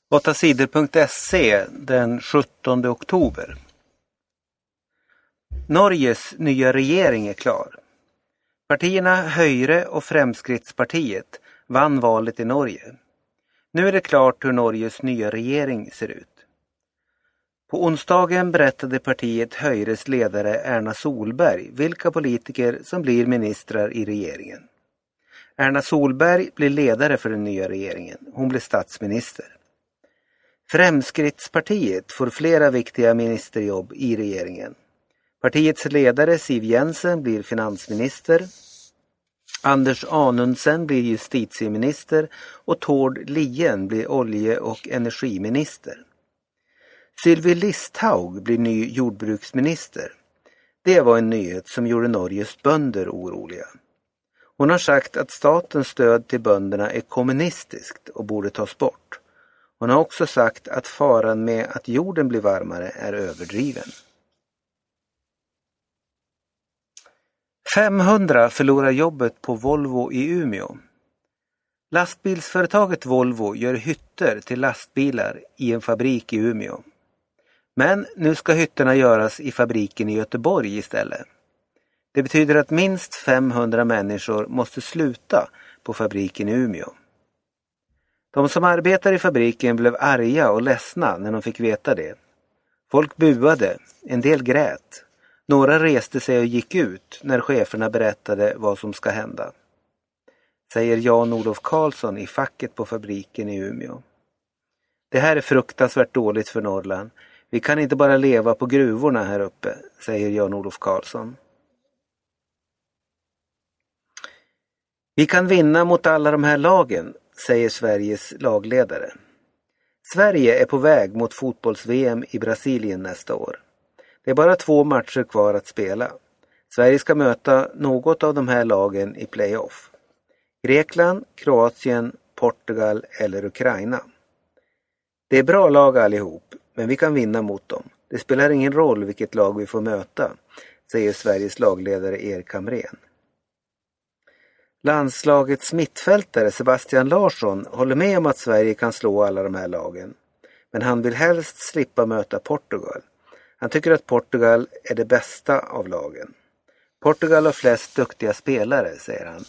8sidor.se den 17 oktober. Norges nya regering är klar. Partierna Høyre och Fremskrittspartiet vann valet i Norge. Nu är det klart hur Norges nya regering ser ut. På onsdagen berättade partiet Høyres ledare Erna Solberg vilka politiker som blir ministrar i regeringen. Erna Solberg blir ledare för den nya regeringen. Hon blir statsminister. Fremskrittspartiet får flera viktiga ministerjobb i regeringen. Partiets ledare Siv Jensen blir finansminister. Anders Anundsen blir justitieminister och Tord Lien blir olje- och energiminister. Sylvi Listhaug blir ny jordbruksminister. Det var en nyhet som gjorde Norges bönder oroliga. Hon har sagt att statens stöd till bönderna är kommunistiskt och borde tas bort. Hon har också sagt att faran med att jorden blir varmare är överdriven. 500 förlorar jobbet på Volvo i Umeå. Lastbilsföretaget Volvo gör hytter till lastbilar i en fabrik i Umeå. Men nu ska hytterna göras i fabriken i Göteborg istället. Det betyder att minst 500 människor måste sluta på fabriken i Umeå. De som arbetar i fabriken blev arga och ledsna när de fick veta det. Folk buade, en del grät. Några reste sig och gick ut när cheferna berättade vad som ska hända. Säger Jan-Olof Karlsson i facket på fabriken i Umeå. Det här är fruktansvärt dåligt för Norrland. Vi kan inte bara leva på gruvorna här uppe, säger Jan-Olof Karlsson. Vi kan vinna mot alla de här lagen, säger Sveriges lagledare. Sverige är på väg mot fotbolls-VM i Brasilien nästa år. Det är bara 2 matcher kvar att spela. Sverige ska möta något av de här lagen i playoff. Grekland, Kroatien, Portugal eller Ukraina. Det är bra lag allihop, men vi kan vinna mot dem. Det spelar ingen roll vilket lag vi får möta, säger Sveriges lagledare Erik Hamrén. Landslagets mittfältare Sebastian Larsson håller med om att Sverige kan slå alla de här lagen. Men han vill helst slippa möta Portugal. Han tycker att Portugal är det bästa av lagen. Portugal har flest duktiga spelare, säger han.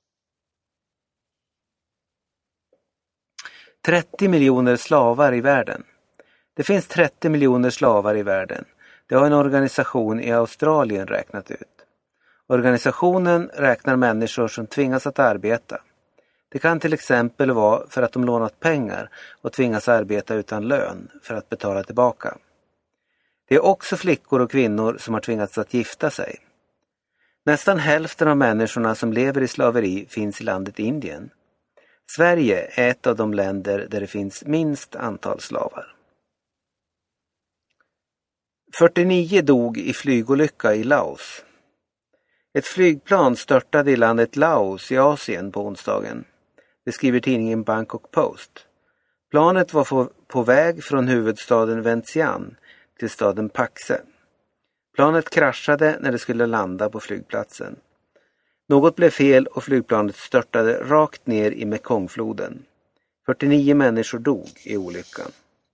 30 miljoner slavar i världen. Det finns 30 miljoner slavar i världen. Det har en organisation i Australien räknat ut. Organisationen räknar människor som tvingas att arbeta. Det kan till exempel vara för att de lånat pengar och tvingas arbeta utan lön för att betala tillbaka. Det är också flickor och kvinnor som har tvingats att gifta sig. Nästan hälften av människorna som lever i slaveri finns i landet Indien. Sverige är ett av de länder där det finns minst antal slavar. 49 dog i flygolycka i Laos. Ett flygplan störtade i landet Laos i Asien på onsdagen. Det skriver tidningen Bangkok Post. Planet var på väg från huvudstaden Vientiane till staden Paxe. Planet kraschade när det skulle landa på flygplatsen. Något blev fel och flygplanet störtade rakt ner i Mekongfloden. 49 människor dog i olyckan.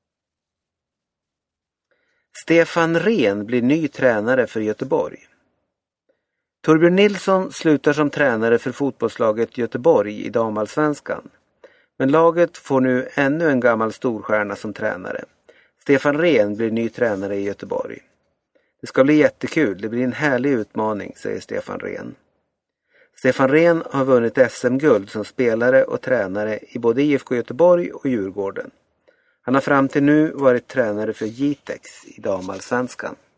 Stefan Rehn blir ny tränare för Göteborg. Torbjörn Nilsson slutar som tränare för fotbollslaget Göteborg i damallsvenskan. Men laget får nu ännu en gammal storstjärna som tränare. Stefan Rehn blir ny tränare i Göteborg. Det ska bli jättekul, det blir en härlig utmaning, säger Stefan Rehn. Stefan Rehn har vunnit SM-guld som spelare och tränare i både IFK Göteborg och Djurgården. Han har fram till nu varit tränare för Jitex i damallsvenskan.